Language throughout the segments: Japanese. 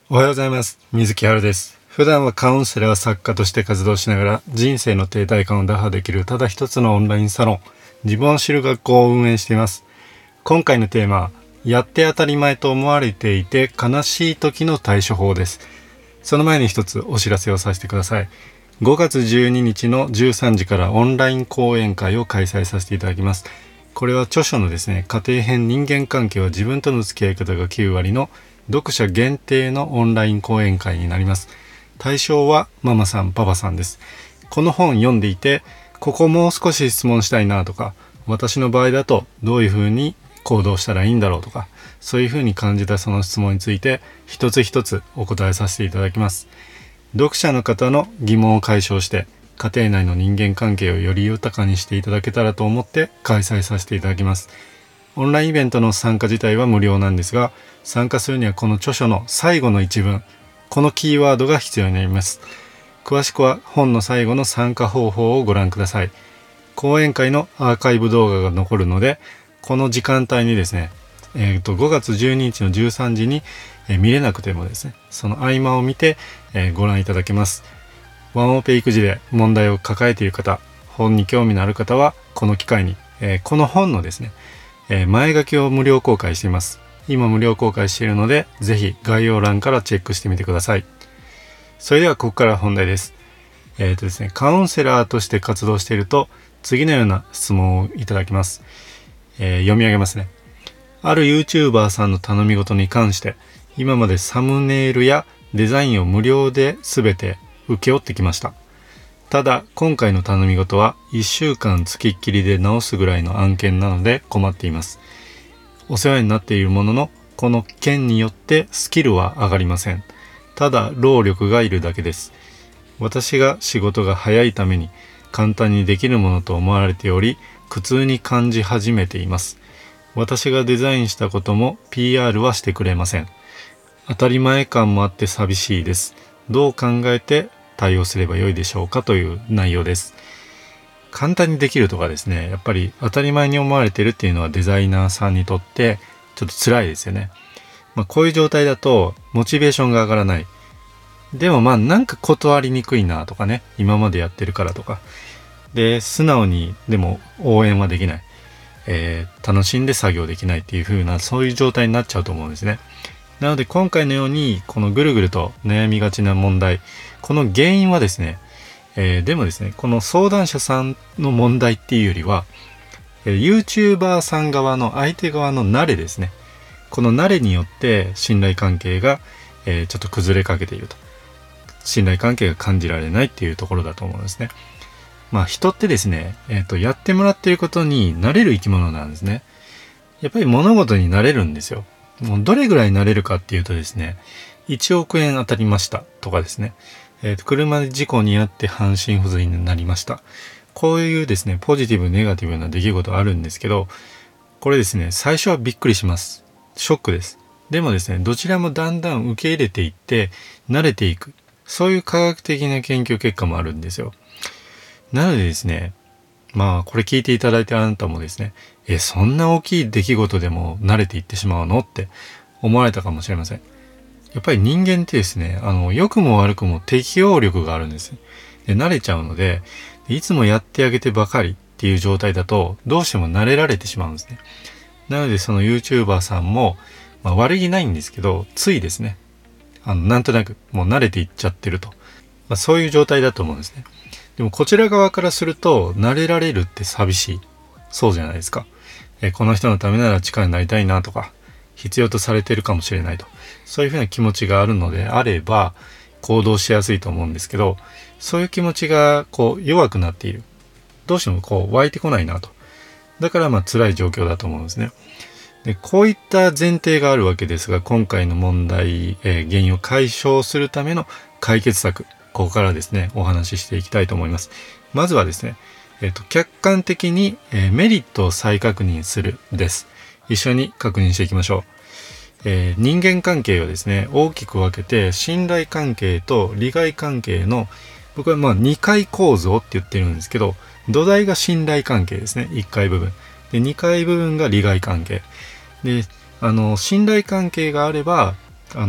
おはようございます。水木春です。普段はカウンセラー作家として活動しながら人生の停滞感を打破できるただ一つのオンラインサロン、自分を知る学校を運営しています。今回のテーマは、やって当たり前と思われていて悲しい時の対処法です。その前に一つお知らせをさせてください。5月12日の13時からオンライン講演会を開催させていただきます。これは著書のですね、家庭編人間関係は自分との付き合い方が9割の読者限定のオンライン講演会になります。対象はママさん、パパさんです。この本読んでいて、ここもう少し質問したいなとか、私の場合だとどういうふうに行動したらいいんだろうとか、そういうふうに感じたその質問について一つ一つお答えさせていただきます。読者の方の疑問を解消して家庭内の人間関係をより豊かにしていただけたらと思って開催させていただきます。オンラインイベントの参加自体は無料なんですが、参加するにはこの著書の最後の一文、このキーワードが必要になります。詳しくは本の最後の参加方法をご覧ください。講演会のアーカイブ動画が残るので、この時間帯にですね、5月12日の13時に、見れなくてもですね、その合間を見て、ご覧いただけます。ワンオペ育児で問題を抱えている方、本に興味のある方はこの機会に、この本のですね、前書きを無料公開しています。今無料公開しているので、ぜひ概要欄からチェックしてみてください。それではここから本題です。ですね、カウンセラーとして活動していると、次のような質問をいただきます。読み上げますね。ある YouTuber さんの頼み事に関して、今までサムネイルやデザインを無料で全て請け負ってきました。ただ、今回の頼み事は1週間付きっきりで直すぐらいの案件なので困っています。お世話になっているものの、この件によってスキルは上がりません。ただ、労力がいるだけです。私が仕事が早いために簡単にできるものと思われており、苦痛に感じ始めています。私がデザインしたことも PR はしてくれません。当たり前感もあって寂しいです。どう考えて対応すればよいでしょうかという内容です。簡単にできるとかですね、やっぱり当たり前に思われているっていうのはデザイナーさんにとってちょっと辛いですよね。こういう状態だとモチベーションが上がらない。でもなんか断りにくいなとかね、今までやってるからとか。で、素直にでも応援はできない。楽しんで作業できないっていう風な、そういう状態になっちゃうと思うんですね。なので今回のようにこのぐるぐると悩みがちな問題、この原因はですね、でもですね、この相談者さんの問題っていうよりは、YouTuber さん側の相手側の慣れですね。この慣れによって信頼関係が、ちょっと崩れかけていると。信頼関係が感じられないっていうところだと思うんですね。人ってですね、やってもらっていることに慣れる生き物なんですね。やっぱり物事に慣れるんですよ。もうどれぐらい慣れるかっていうとですね、1億円当たりましたとかですね、車で事故に遭って半身不随になりました。こういうですね、ポジティブ、ネガティブな出来事あるんですけど、これですね、最初はびっくりします。ショックです。でもですね、どちらもだんだん受け入れていって、慣れていく。そういう科学的な研究結果もあるんですよ。なのでですね、これ聞いていただいてあなたもですね、そんな大きい出来事でも慣れていってしまうのって思われたかもしれません。やっぱり人間ってですね、良くも悪くも適応力があるんです。で、慣れちゃうので、いつもやってあげてばかりっていう状態だと、どうしても慣れられてしまうんですね。なのでその YouTuber さんも、悪気ないんですけど、ついですね、なんとなくもう慣れていっちゃってると。そういう状態だと思うんですね。でもこちら側からすると、慣れられるって寂しい。そうじゃないですか。この人のためなら力になりたいなとか、必要とされているかもしれないと。そういうふうな気持ちがあるのであれば、行動しやすいと思うんですけど、そういう気持ちが弱くなっている。どうしても湧いてこないなと。だから辛い状況だと思うんですね。で、こういった前提があるわけですが、今回の問題、原因を解消するための解決策、ここからですね、お話ししていきたいと思います。まずはですね、客観的に、メリットを再確認するです。一緒に確認していきましょう。人間関係をですね、大きく分けて、信頼関係と利害関係の、僕は2階構造って言ってるんですけど、土台が信頼関係ですね、1階部分。で、2階部分が利害関係。で、信頼関係があれば、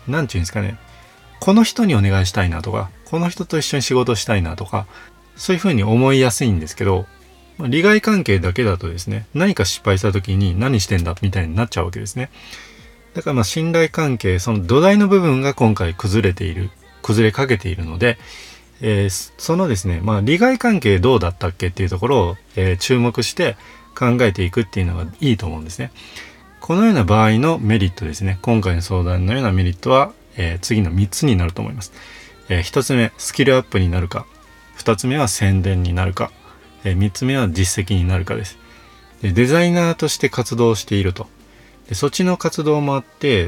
なんていうんですかね、この人にお願いしたいなとか、この人と一緒に仕事したいなとか、そういうふうに思いやすいんですけど、利害関係だけだとですね、何か失敗した時に何してんだみたいになっちゃうわけですね。だから信頼関係、その土台の部分が今回崩れかけているので、そのですね、利害関係どうだったっけっていうところを、注目して考えていくっていうのがいいと思うんですね。このような場合のメリットですね、今回の相談のようなメリットは、次の3つになると思います。1つ目、スキルアップになるか。2つ目は宣伝になるか。3つ目は実績になるかです。デザイナーとして活動していると。そっちの活動もあって、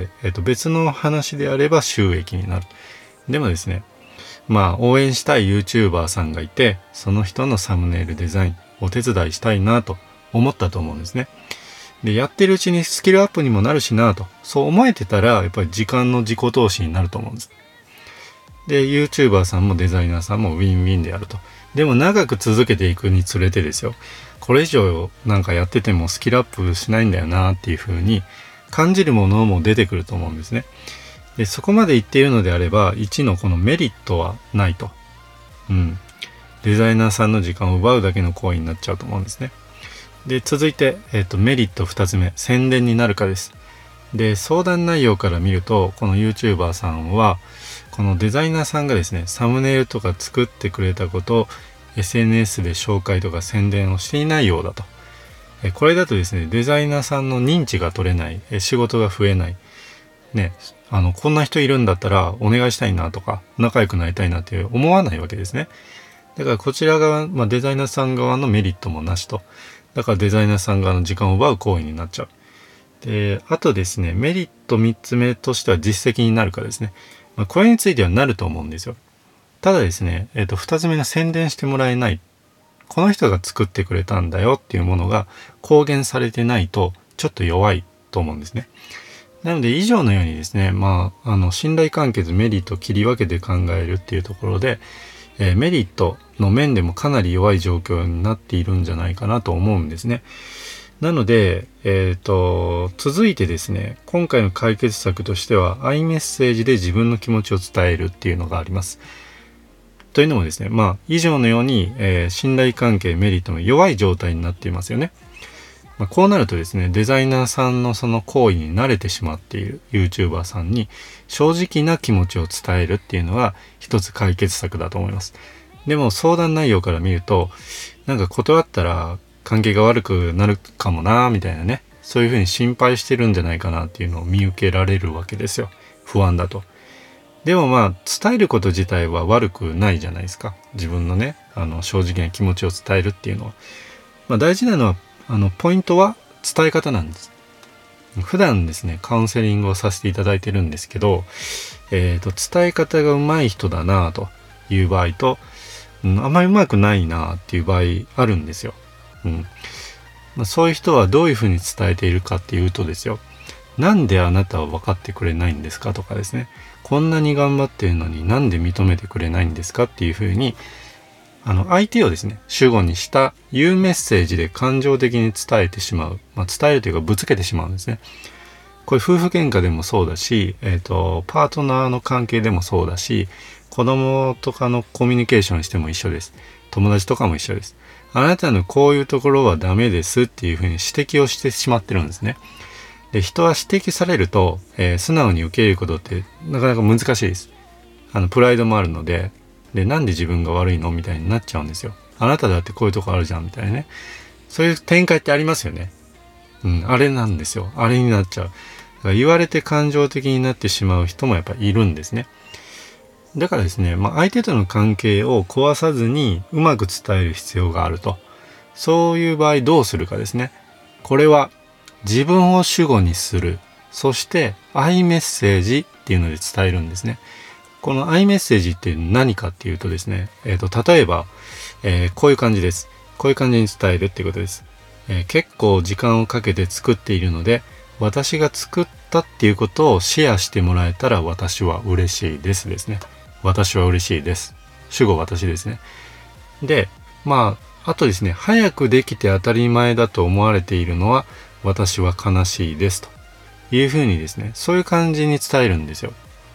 別の話であれば収益になる。でもですね、応援したい YouTuber さんがいて、その人のサムネイルデザインお手伝いしたいなと思ったと思うんですね。で、やってるうちにスキルアップにもなるしなと、そう思えてたら、やっぱり時間の自己投資になると思うんです。で、YouTuber さんもデザイナーさんもウィンウィンであると。でも長く続けていくにつれてですよ、これ以上なんかやっててもスキルアップしないんだよなっていう風に感じるものも出てくると思うんですね。で、そこまで言っているのであれば、1のこのメリットはないと。デザイナーさんの時間を奪うだけの行為になっちゃうと思うんですね。で、続いて、メリット2つ目、宣伝になるかです。で、相談内容から見ると、この YouTuber さんは、このデザイナーさんがですね、サムネイルとか作ってくれたことを SNS で紹介とか宣伝をしていないようだと。これだとですね、デザイナーさんの認知が取れない、仕事が増えない。ね、こんな人いるんだったらお願いしたいなとか、仲良くなりたいなって思わないわけですね。だからこちら側、デザイナーさん側のメリットもなしと。だからデザイナーさん側の時間を奪う行為になっちゃう。で、あとですね、メリット3つ目としては実績になるかですね。これについてはなると思うんですよ。ただですね、2つ目の宣伝してもらえない。この人が作ってくれたんだよっていうものが公言されてないとちょっと弱いと思うんですね。なので以上のようにですね、信頼関係とメリットを切り分けて考えるっていうところで、メリットの面でもかなり弱い状況になっているんじゃないかなと思うんですね。なので、続いてですね、今回の解決策としては iMessage で自分の気持ちを伝えるっていうのがあります。というのもですね、以上のように、信頼関係メリットの弱い状態になっていますよね。こうなるとですね、デザイナーさんのその行為に慣れてしまっている YouTuber さんに正直な気持ちを伝えるっていうのが一つ解決策だと思います。でも相談内容から見ると、なんか断ったら関係が悪くなるかもなみたいなね、そういうふうに心配してるんじゃないかなっていうのを見受けられるわけですよ。不安だと。でも伝えること自体は悪くないじゃないですか。自分のね、正直な気持ちを伝えるっていうのは。大事なのはポイントは伝え方なんです。普段ですね、カウンセリングをさせていただいてるんですけど、伝え方が上手い人だなという場合と、あんまり上手くないなっていう場合あるんですよ。そういう人はどういうふうに伝えているかっていうとですよ、なんであなたは分かってくれないんですかとかですね、こんなに頑張っているのになんで認めてくれないんですかっていうふうに、相手をですね、主語にした言うメッセージで感情的に伝えてしまう。伝えるというかぶつけてしまうんですね。これ夫婦喧嘩でもそうだし、パートナーの関係でもそうだし、子供とかのコミュニケーションしても一緒です。友達とかも一緒です。あなたのこういうところはダメですっていうふうに指摘をしてしまってるんですね。で、人は指摘されると、素直に受け入れることってなかなか難しいです。プライドもあるので、なんで自分が悪いのみたいになっちゃうんですよ。あなただってこういうとこあるじゃんみたいなね。そういう展開ってありますよね。あれなんですよ。あれになっちゃう。だから言われて感情的になってしまう人もやっぱりいるんですね。だからですね、相手との関係を壊さずにうまく伝える必要があると。そういう場合どうするかですね。これは自分を主語にする。そしてiMessage っていうので伝えるんですね。この iMessage って何かっていうとですね、例えば、こういう感じです。こういう感じに伝えるっていうことです。結構時間をかけて作っているので、私が作ったっていうことをシェアしてもらえたら私は嬉しいですですね。私は嬉しいです。主語私ですね。で、あとですね、早くできて当たり前だと思われているのは私は悲しいですというふうにですね、そういう感じに伝えるんですよ。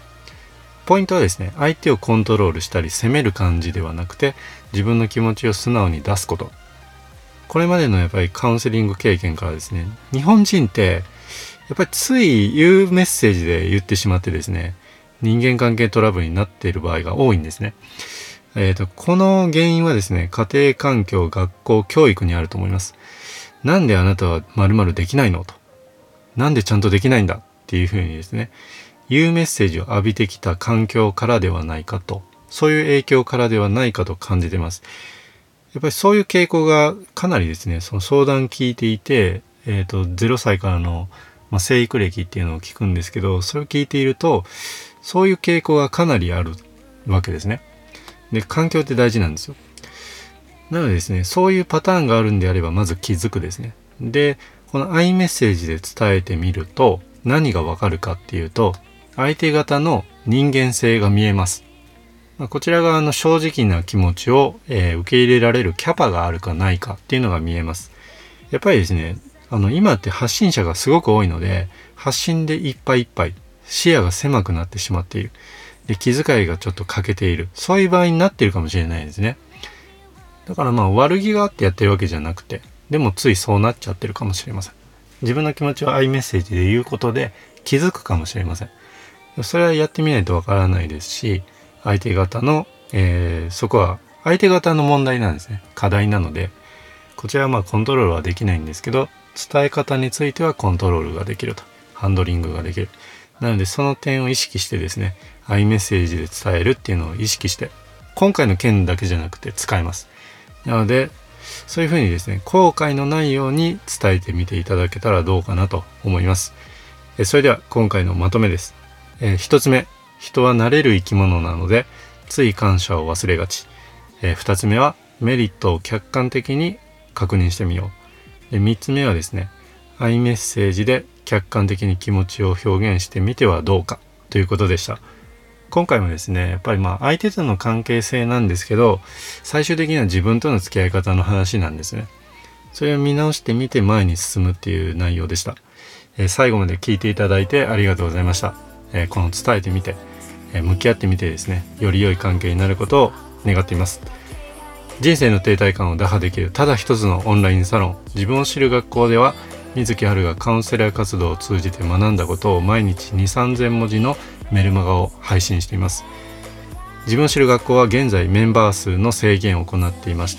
ポイントはですね、相手をコントロールしたり責める感じではなくて、自分の気持ちを素直に出すこと。これまでのやっぱりカウンセリング経験からですね、日本人ってやっぱりつい言うメッセージで言ってしまってですね、人間関係トラブルになっている場合が多いんですね。この原因はですね、家庭環境、学校、教育にあると思います。なんであなたは〇〇できないのと。なんでちゃんとできないんだっていうふうにですね、言うメッセージを浴びてきた環境からではないかと、そういう影響からではないかと感じてます。やっぱりそういう傾向がかなりですね、その相談聞いていて、0歳からの、生育歴っていうのを聞くんですけど、それを聞いていると、そういう傾向がかなりあるわけですね。で、環境って大事なんですよ。なのでですね、そういうパターンがあるんであれば、まず気づくですね。で、この i メッセージで伝えてみると、何がわかるかっていうと、相手方の人間性が見えます。こちら側の正直な気持ちを、受け入れられるキャパがあるかないかっていうのが見えます。やっぱりですね、今って発信者がすごく多いので、発信でいっぱいいっぱい、視野が狭くなってしまっている。で、気遣いがちょっと欠けている。そういう場合になっているかもしれないですね。だから悪気があってやってるわけじゃなくて、でもついそうなっちゃってるかもしれません。自分の気持ちを i メッセージで言うことで気づくかもしれません。それはやってみないとわからないですし、相手方の、そこは相手方の問題なんですね。課題なので、こちらはコントロールはできないんですけど、伝え方についてはコントロールができると。ハンドリングができる。なのでその点を意識してですね、i メッセージで伝えるっていうのを意識して、今回の件だけじゃなくて使えます。なので、そういうふうにですね、後悔のないように伝えてみていただけたらどうかなと思います。それでは今回のまとめです。一つ目、人は慣れる生き物なので、つい感謝を忘れがち。二つ目は、メリットを客観的に確認してみよう。三つ目はですね、i メッセージで客観的に気持ちを表現してみてはどうかということでした。今回もですね、やっぱり相手との関係性なんですけど、最終的には自分との付き合い方の話なんですね。それを見直してみて前に進むっていう内容でした。最後まで聞いていただいてありがとうございました。この伝えてみて、向き合ってみてですね、より良い関係になることを願っています。人生の停滞感を打破できるただ一つのオンラインサロン、自分を知る学校では、水木春がカウンセラー活動を通じて学んだことを毎日 2,3000 文字のメルマガを配信しています。自分を知る学校は現在メンバー数の制限を行っていまして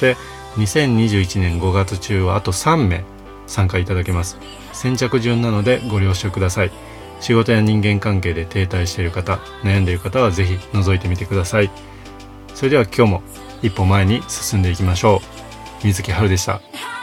、2021年5月中はあと3名参加いただけます。先着順なのでご了承ください。仕事や人間関係で停滞している方、悩んでいる方はぜひ覗いてみてください。それでは今日も一歩前に進んでいきましょう。水木春でした。